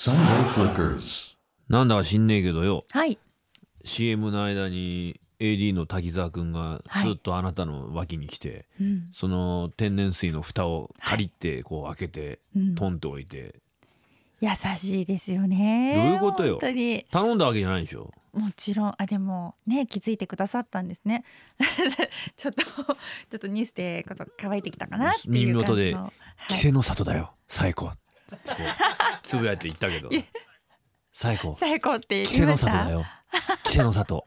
Sunday Flickers。 なんだか知んねえけどよ、 はい。 CM の間に AD の滝沢くんがスッとあなたの脇に来て、 うん。 その天然水の蓋を借りてこう開けて、 うんトンと置いて、 優しいですよね。 どういうことよ本当に。 頼んだわけじゃないでしょ。 もちろん。でもね、気づいてくださったんですね。ちょっとニュースでこと乾いてきたかなっていう感じの。 稀勢の里だよ最高ってこうつぶやいて言ったけど最高最高って稀勢の言いました。 里だよ稀勢の里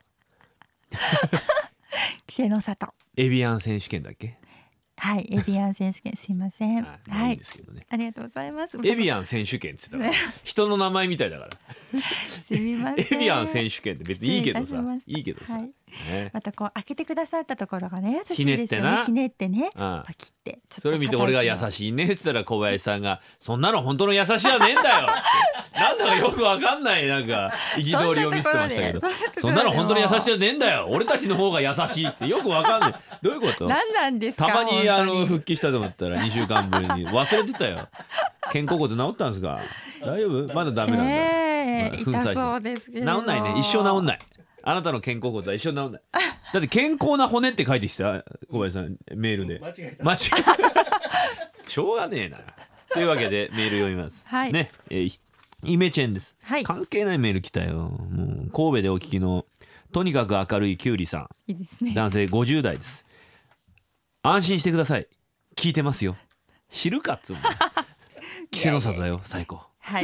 稀勢の里。 エビアン選手権だっけ。 はい。エビアン選手権、すいません。 まあいいはい。 ですけどね。 ありがとうございます。 エビアン選手権って言ってたから人の名前みたいだからすみません。 エビアン選手権って別にいいけどさ失礼いたしましたいいけどさ、 はいね、 またこう開けてくださったところがね、優しいですよね。 ひねってなひねってね、 うんパキってちょっとそれ見て俺が優い。 しいねって言ったら小林さんがそんなの本当の優しいじゃねえんだよってなんだかよくわかんないなんか憤りを見せてましたけどそんなの本当に優しいじゃねえんだよ俺たちの方が優しいってよくわかんないどういうこと何なんですか。 たまに本当復帰したと思ったら2週間ぶりに忘れてたよ肩甲骨治ったんですか大丈夫まだダメなんだ、粉砕して痛そうですけど。 治んないね一生治んないあなたの肩甲骨は一生治んないだって健康な骨って書いてきた小林さんメールで間違えたしょうがねえなというわけでメール読みます、 はいね、イメチェンです、 はい関係ないメール来たよもう神戸でお聞きのとにかく明るいきゅうりさいいですね。 ん男性50代です安心してください聞いてますよ知るかっつうの稀勢の里だよ最高はい。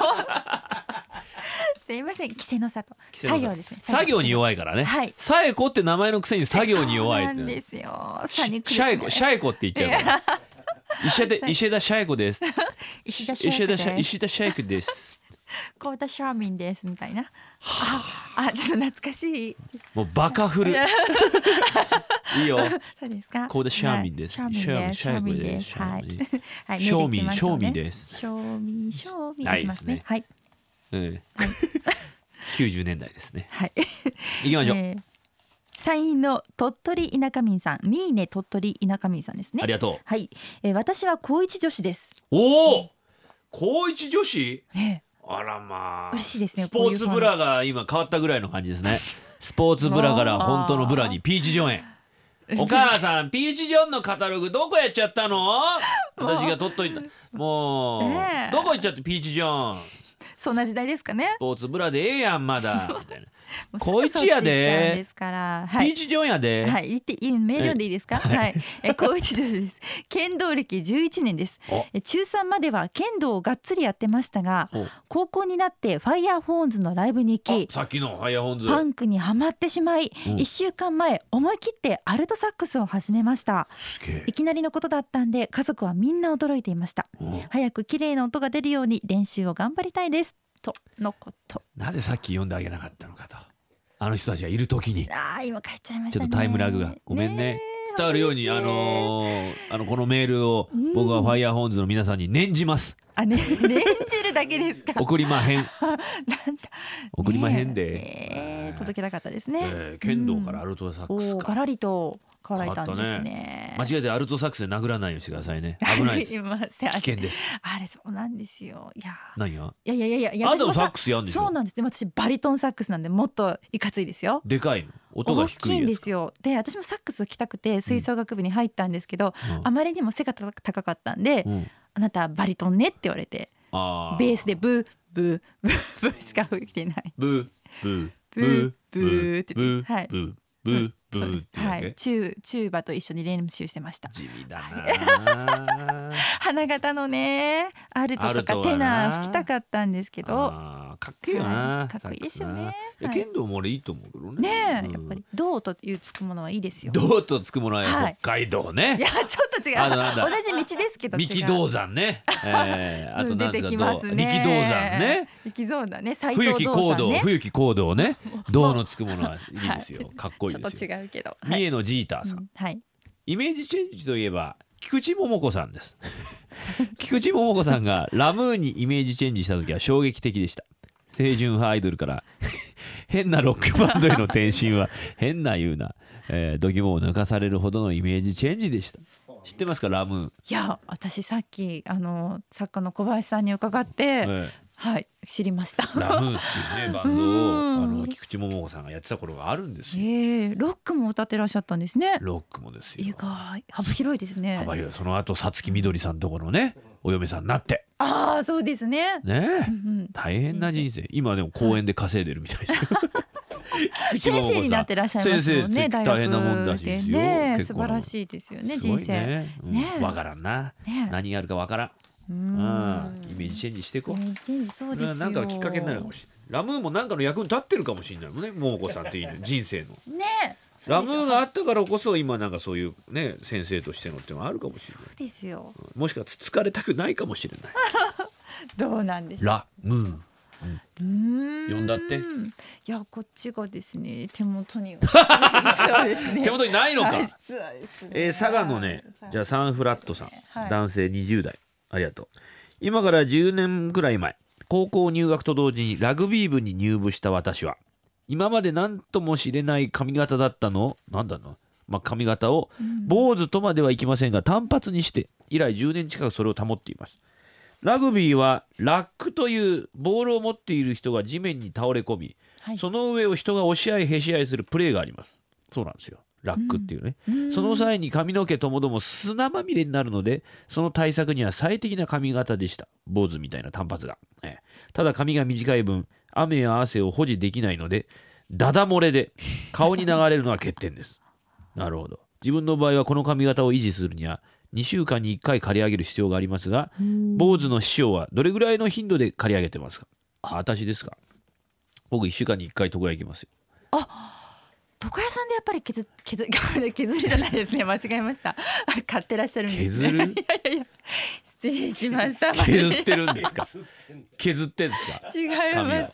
すいません。稀勢の里。 稀勢の里作業ですね。 作業に弱いからね、 はいさえこって名前のくせに作業に弱いってそうなんですよ。 シサニクですね。 ャエコシャエコって言っちゃうから石田シャエコです石田シェイクです。 石田シャエコですコーダシャーミンですみたいな。あ、ちょっと懐かしい。 もうバカフルいいよそうですか。 コーダシャーミンですはいシャーミンです。 シャーミンシャーミンです。 シャはいーミン。 はい。 ショーミンメール行きましょうねショーミンですショーミンショーミンはいいきますね。はい 90年代ですねはい。 行きましょう、 社員の鳥取田舎民さん、ミーネ鳥取田舎民さんですね。 ありがとう。 はい。私は高一女子です。 おお高一女子ね。 あらまあ嬉しいですねスポーツブラが今変わったぐらいの感じですねスポーツブラから本当のブラにピーチジョンへお母さんピーチジョンのカタログどこやっちゃったの私が取っといたもう、 ねえどこ行っちゃってピーチジョンそんな時代ですかね。 スポーツブラでええやんまだみたいなもう高一やですぐそっち行っちゃうんですから。はい。 ピーチジョンやで、 はい、言っていいメール読んでいいですか。はい、高一女子です。剣道歴11年です。 お中3までは剣道をがっつりやってましたが、 お高校になってファイヤーフォーンズのライブに行き、 あさっきのファイヤーホンズパンクにはまってしまい、 うん 1週間前思い切ってアルトサックスを始めました。 すげえいきなりのことだったんで家族はみんな驚いていました。 お早く綺麗な音が出るように練習を頑張りたいですとのこと。 なぜさっき読んであげなかったのかとあの人たちがいる時に今帰っちゃいましたね。 ちょっとタイムラグがごめんねえ伝わるように、 本当ですねこのメールを僕はファイヤーホーンズの皆さんに念じますね、念じるだけですか。 送りまへんなんだ送りまへんで、 届けたかったですね。 剣道からアルトサックスか、 ガラリと変わられたんですね。 間違えてアルトサックスで殴らないようにしてくださいね危ないですすいません。 危険ですあれそうなんですよ。 何がいやあなたもサックスやんでしょそうなんです。でも私バリトンサックスなんでもっといかついですよ。 でかいの音が大低いやつきいんですよ。で私もサックス着たくて吹奏楽部に入ったんですけど、 うんあまりにも背が高かったんで、 うんあなたバリトンねって言われて、ベースでブーブーブーブーしか吹いてない。 ブーブーブーブーってブーはいブーブーブそうですーっていうわけはい、チューバと一緒に練習してました。 地味だな花形のねアルトとかアルトはなテナー吹きたかったんですけど、 かっこいいよな、 はいかっこいいですよねサックスなはい剣道も俺いいと思うけどねねえ、 うんやっぱり銅というつくものはいいですよ。 銅とつくものははい北海道ね、 いやちょっと違う。 あとなんだ同じ道ですけど違う。 三木銅山ね、あとなんですか出てきますね。 力道山ね力道山ね、斉冬藤道木行動山ね。 冬木行動ね銅のつくものはいいですよ、かっこいいちょっですよ。 と違うけど。 三重のジーターさん、 はい。 イメージチェンジといえば菊池桃子さんです菊池桃子さんがラムーンにイメージチェンジした時は衝撃的でした。清純派アイドルから変なロックバンドへの転身は変な言うな、度肝を抜かされるほどのイメージチェンジでした。知ってますかラムーン、 いや私さっき作家の小林さんに伺って、 はい、知りました。 ラムーっていうねバンドを菊池桃子さんがやってた頃があるんですよ。 ロックも歌ってらっしゃったんですね。 ロックもですよ。 意外、幅広いですね。 幅広い。その後さつきみどりさんとこのねお嫁さんになって。 ああ、そうですね。 ね、大変な人生。今でも公園で稼いでるみたいですよ。 先生になってらっしゃいますもんね。大学大変なもんらしいですよ。 ね、素晴らしいですよね、人生。 わからんな。何があるかわからん。イメージチェンジしていこう。なんかのきっかけになるかもしれない。ラムーもなんかの役に立ってるかもしれないもんね。桃子さんっていう人生の。 ね。 ラムーがあったからこそ今なんかそういうね先生としてのっていうのがあるかもしれない。 そうですよ。 もしくはつつかれたくないかもしれない。 どうなんでしょう。 ラムー。読んだって。いやこっちがですね手元にそうですね、 手元にないのか。 佐賀のねじゃあサンフラットさん、男性20代ありがとう。今から10年くらい前高校入学と同時にラグビー部に入部した私は今まで何とも知れない髪型だったのなんだの、髪型を坊主とまではいきませんが単発にして以来10年近くそれを保っています。ラグビーはラックというボールを持っている人が地面に倒れ込み、その上を人が押し合いへし合いするプレーがあります。そうなんですよ、ラックっていうね、その際に髪の毛ともども砂まみれになるのでその対策には最適な髪型でした。坊主みたいな単発が、ただ髪が短い分雨や汗を保持できないのでダダ漏れで顔に流れるのは欠点です。なるほど。自分の場合はこの髪型を維持するには2週間に1回刈り上げる必要がありますが、坊主の師匠はどれぐらいの頻度で刈り上げてますか。私ですか。僕1週間に1回床屋行きますよ。 床屋さんでやっぱり削りじゃないですね、間違えました。買ってらっしゃるんですね。 削る。いや失礼しました。 削ってるんですか。削ってんですか。 違います。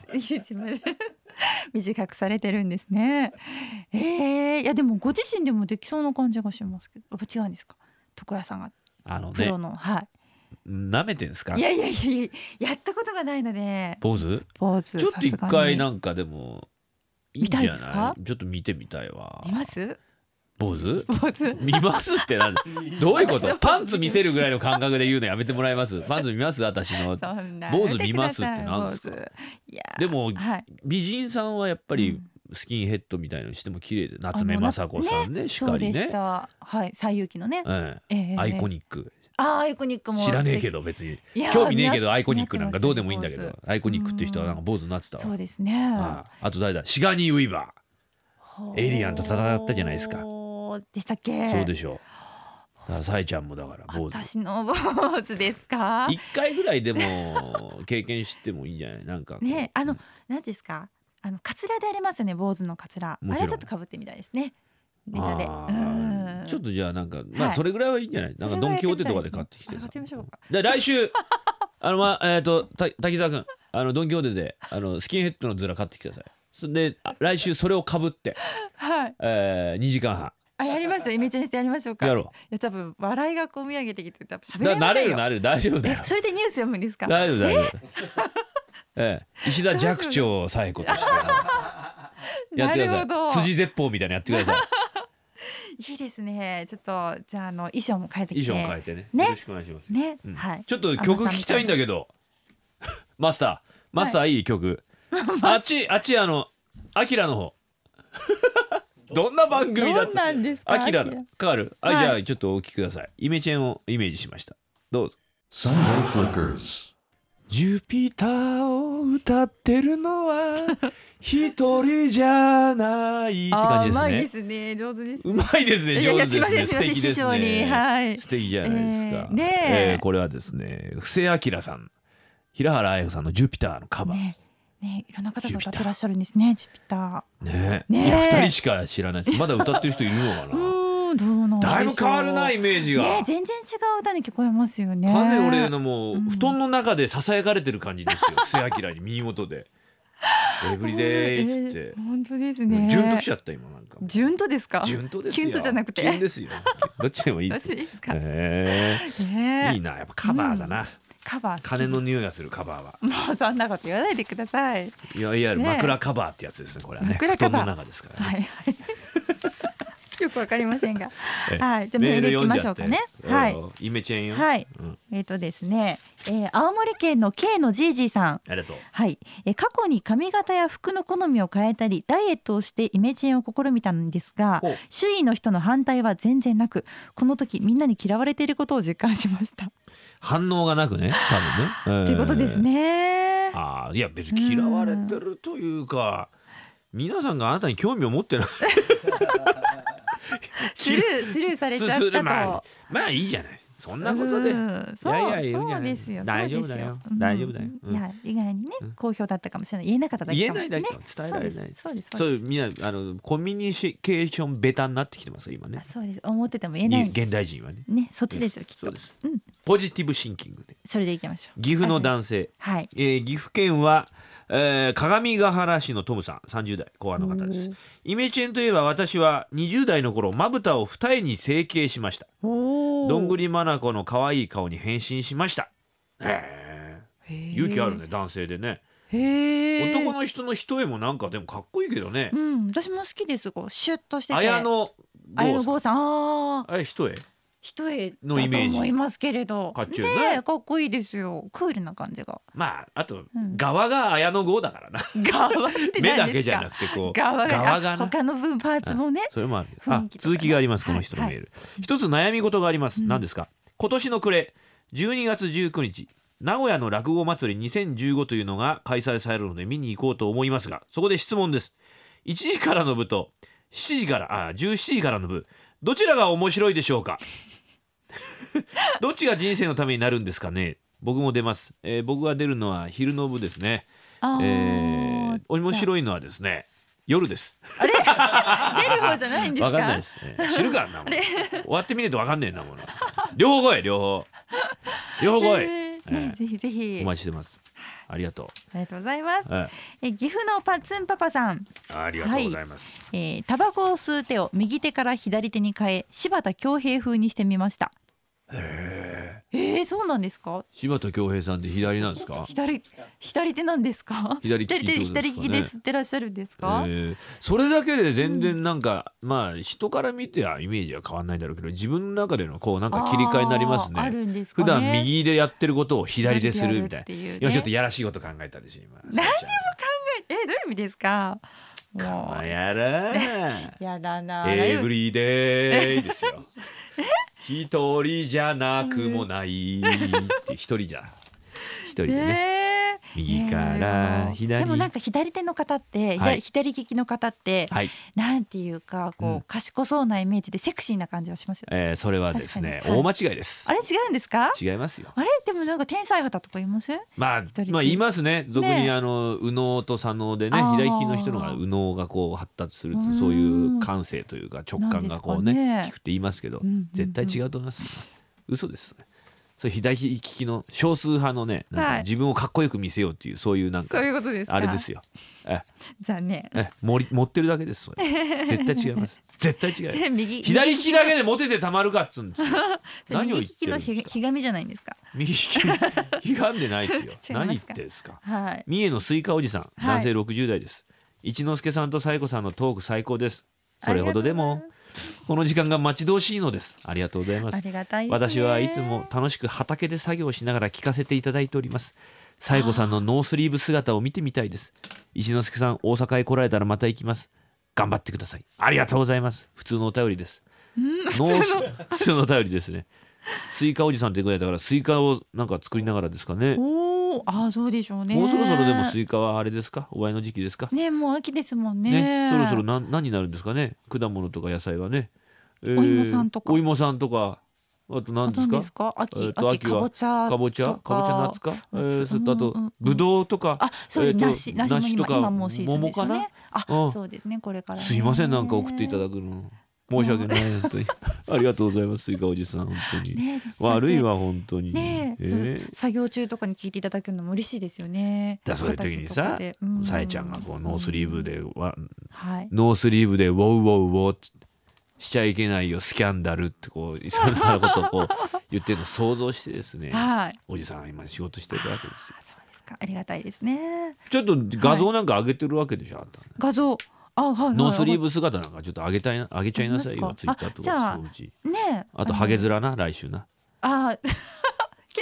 短くされてるんですね。いやでもご自身でもできそうな感じがしますけど、違うんですか。床屋さんがプロの、 舐めてんですか。 いややったことがないので。 坊主ちょっと一回なんかでもいいんじゃない。ちょっと見てみたいわ。 見ます。 坊主見ますってなんどういうこと。パンツ見せるぐらいの感覚で言うのやめてもらえます。パンツ見ます私の。坊主見ますってなんですか。でも、美人さんはやっぱりスキンヘッドみたいのしても綺麗で、夏目雅子さんね、しかりね。西遊記のね、アイコニック。 アイコニックも知らねえけど別に興味ねえけど、アイコニックなんかどうでもいいんだけど、アイコニックっていう人はなんか坊主になってたわ。 そうですね。 あと誰だ。シガニー・ウィーバー、エイリアンと戦ったじゃないですか。 でしたっけ。 そうでしょう。サイちゃんもだから坊主。 私の坊主ですか。 一回ぐらいでも経験してもいいんじゃない。なんかね、何ですか。カツラでありますね、坊主のカツラ。あれちょっと被ってみたいですね。ネタで。 ちょっとじゃあなんかそれぐらいはいいんじゃない。なんかドンキホーテとかで買ってきて。 買ってみましょうか。 で来週滝沢君ドンキホーテでスキンヘッドのズラ買ってきてください。それで来週それをかぶって2時間半。 やりますよ。イメチェンしてやりましょうか。 やろう。 いや多分笑いがこみ上げてきて多分喋れませんよ。 なれる大丈夫だよ。 それでニュース読むんですか。 大丈夫。石田寂聴紗栄子としてやってください。辻絶法みたいなやってください。 いいですね。ちょっとじゃあ衣装も変えてきて。 衣装も変えてね。よろしくお願いします。 ね。はい。 ちょっと曲聴きたいんだけど。マスターいい曲。あっちアキラの方。どんな番組だった。アキラかかる。じゃあちょっとお聴きください。イメチェンをイメージしました。どうぞ。 Sunday Flickers。 ジュピターを歌ってるのは一人じゃないって感じですね。 うまいですね。上手です。 うまいですね。上手ですね。 素敵ですね。 素敵じゃないですか。これはですね、布施明さん、平原綾子さんのジュピターのカバー。 ね、いろんな方が歌ってらっしゃるんですね。ジュピター。ね、2人しか知らないです。まだ歌ってる人いるのかな。だいぶ変わるなイメージが。 全然違う歌に聞こえますよね。 完全に俺のもう布団の中でささやかれてる感じですよ。布施明に耳元で。エブリデイっつって。 本当ですね。 ジュンときちゃった今なんか。 ジュンとですか。 ジュンとですよ。 キュンとじゃなくて。 キュンですよ。どっちでもいいです。 どっちですか。 いいな、やっぱカバーだな。 カバー。 金の匂いがするカバーは。 もうそんなこと言わないでください。 いわゆる枕カバーってやつですね。これはね。布団の中ですからね。 よくわかりませんが。はい。じゃあメール行きましょうかね。はい。 イメチェンよ。 はい。 ですね、青森県の K のジージーさん、 ありがとう。 はい、過去に髪型や服の好みを変えたりダイエットをしてイメチェンを試みたんですが、 ほう周囲の人の反対は全然なく、この時みんなに嫌われていることを実感しました。 反応がなくね、多分ね。 ってことですね。 いや別に嫌われてるというか、皆さんがあなたに興味を持ってないスルーされちゃったと。 まあいいじゃない、そんなことで。 そうですよ。 大丈夫だよ、大丈夫だよ。 いや意外にね、好評だったかもしれない。言えなかっただけかもね。 言えないだけ、伝えられない。 そうです。 そうみんなコミュニケーションベタになってきてます今ね。 そうです。思ってても言えない。 現代人はね。 ね、そっちですよきっと。 そうです。ポジティブシンキングで。 それでいきましょう。 岐阜の男性。 はい。 岐阜県は鏡ヶ原市のトムさん、30代後半の方です。イメチェンといえば私は20代の頃まぶたを二重に整形しました。どんぐりまなこの可愛い顔に変身しました。勇気あるね、男性でね。男の人の一重もなんかでもかっこいいけどね。 私も好きです。こうシュッとしてて。 綾野剛さん。あれ一重一重だと思いますけれど、かっこいいですよ。クールな感じが。まああと側が綾野剛だからな。 側って目だけじゃなくてこう側が他の分パーツもね。 それもある。続きがあります。この人のメール。一つ悩み事があります。何ですか。今年の暮れ12月19日名古屋の落語祭り2015というのが開催されるので見に行こうと思いますが、そこで質問です。1時からの部と17時からの部、どちらが面白いでしょうか。どっちが人生のためになるんですかね。僕も出ます。僕が出るのは昼の部ですね。面白いのはですね、夜です。 あれ出る方じゃないんですか。 わかんないです。知るかなもん。終わってみないとわかんねえなもの。両方来い、両方来い。 ぜひぜひお待ちしてます。ありがとう。 ありがとうございます。岐阜のパツンパパさん、 ありがとうございます。 タバコを吸う手を右手から左手に変え、柴田恭平風にしてみました。そうなんですか。 柴田恭平さんって左なんですか。 左手なんですか。 左利きで吸ってらっしゃるんですか。 それだけで全然なんか、まあ人から見てはイメージは変わんないだろうけど、自分の中でのこうなんか切り替えになりますね。 あるんですかね。 普段右でやってることを左でするみたいな。今ちょっとやらしいこと考えたでしょ。今何にも考えどういう意味ですか。 もうやらやだな。 エブリデイですよ。一人じゃなくもないって一人でね、右から左。 でもなんか左手の方って、左利きの方って、なんていうかこう賢そうなイメージでセクシーな感じはしますよ。 それはですね、大間違いです。 あれ違うんですか。 違いますよ。 あれでもなんか天才肌とか言いません。 まあ言いますね。俗に右脳と左脳でね、左利きの人のが右脳がこう発達するっていう、そういう感性というか直感がこうね聞くって言いますけど、絶対違うと思います。嘘です。それ左利きの少数派のね、なんか自分をかっこよく見せようっていう、そういうなんかそういうことですか。 あれですよ。 残念。 持ってるだけです。それ絶対違います。絶対違う。 右左利きだけでモテてたまるかっつうんですよ。何を言ってるんですか。 右利きのひがみじゃないんですか。 右利きひがんでないですよ。何言ってるんですか。三重のスイカおじさん、男性60代です。一之輔さんとサイコさんのトーク最高です。それほどでもこの時間が待ち遠しいのです。ありがとうございます。 ありがたいですね。 私はいつも楽しく畑で作業をしながら聞かせていただいております。サイコさんのノースリーブ姿を見てみたいです。一之輔さん、大阪へ来られたらまた行きます。頑張ってください。ありがとうございます。普通のお便りです。普通のお便りですね。スイカおじさんってぐらいだから、スイカをなんか作りながらですかね。 そうでしょうね。 もうそろそろでもスイカはあれですか、お会いの時期ですかね。もう秋ですもんね。 そろそろ何になるんですかね。果物とか野菜はね。 お芋さんとかあと何ですか。 秋かぼちゃ夏か。あとぶどうとか、 梨とか桃かな。 そうですね。これからすいません、なんか送っていただくの申し訳ない。本当にありがとうございます。スイカおじさん、本当に悪いわ本当に。 作業中とかに聞いていただくのも嬉しいですよね。 そういう時にさえちゃんがこうノースリーブでウォーウォーしちゃいけないよスキャンダルってこうそんなことをこう言ってるのを想像してですね、おじさんは今仕事してるわけですよ。 そうですか。ありがたいですね。 ちょっと画像なんか上げてるわけでしょ。 画像ノースリーブ姿なんかちょっと上げちゃいなさいよ。ツイッターとか。 ね。 あとハゲ面な、来週な。 決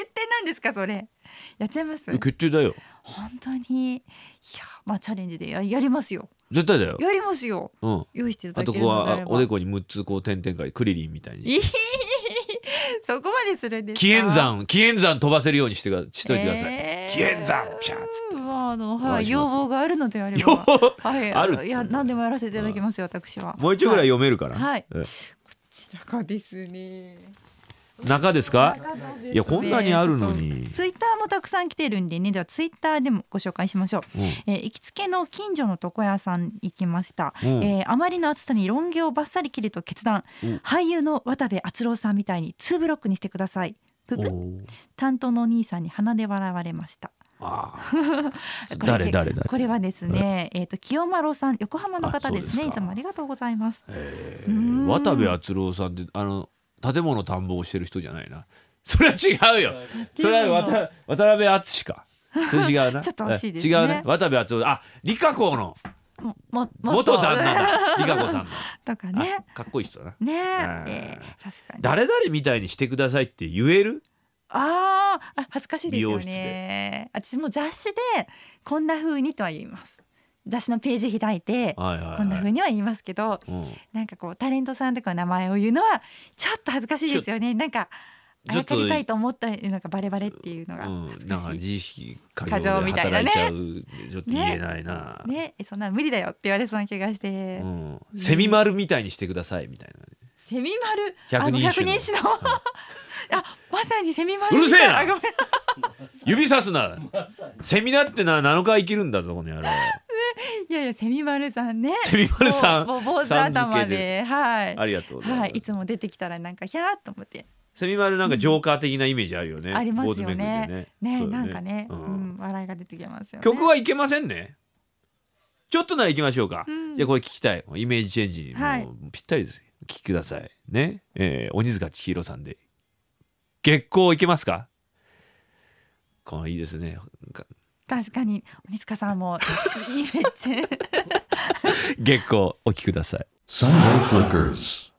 ですかそれ。やっちゃいます。 決定だよ。 本当に。いやまあチャレンジでやりますよ。 絶対だよ。 やりますよ。 うん。 用意していたあとだけるのであれば。 おでこに6つこう点々書いてクリリンみたいに。 そこまでするんですか。 紀元山飛ばせるようにしといてください。紀元山ピャーっつって。 はい、要望があるのであれば。はい、 ある。 いや何でもやらせていただきますよ私は。 もう一応ぐらい読めるから。 はい。こちらがですね。 中ですか。いやこんなにあるのに。 ツイッターもたくさん来てるんでね、ではツイッターでもご紹介しましょう。行きつけの近所の床屋さん行きました。あまりの暑さにロン毛をバッサリ切ると決断。俳優の渡部篤郎さんみたいに2ブロックにしてください。ププ。担当のお兄さんに鼻で笑われました。誰これはですね、清丸さん、横浜の方ですね。いつもありがとうございます。 渡部篤郎さんって建物探訪してる人じゃないな。それは違うよ。それは渡部篤か。それ違うな。 ちょっと惜しいですね。 違うね。渡部篤郎、理香子の元旦那だ。理香子さんのとかね。 かっこいい人だな。確かに。 誰々みたいにしてくださいって言える？ 恥ずかしいですよね。私も雑誌でこんな風にとは言います。雑誌のページ開いてこんな風には言いますけど、なんかこうタレントさんとかの名前を言うのはちょっと恥ずかしいですよね。なんかあやかりたいと思ったなんかバレバレっていうのが恥ずかしい。 なんか自意識過剰で働いちゃう、ちょっと言えないな。 そんな無理だよって言われそうな気がして、 セミ丸みたいにしてくださいみたいな。 セミ丸、 百人一首のまさにセミ丸。 うるせえな。指さすな。セミナって7日生きるんだぞこの野郎。 いやセミ丸さんね。 セミ丸さん。 もう坊主頭で、はい。 ありがとうございます。 はい、いつも出てきたらなんかヒャーっと思って。 セミ丸なんかジョーカー的なイメージあるよね。 ありますよね。なんかね、笑いが出てきますよね。 曲はいけませんね。ちょっとならいきましょうか。じゃあこれ聞きたい。イメージチェンジにもうぴったりです。聞きくださいね。鬼塚千尋さんで月光いけますか。このいいですね。 確かに鬼塚さんもいいめっちゃ月光お聞きください。 Sunday Flickers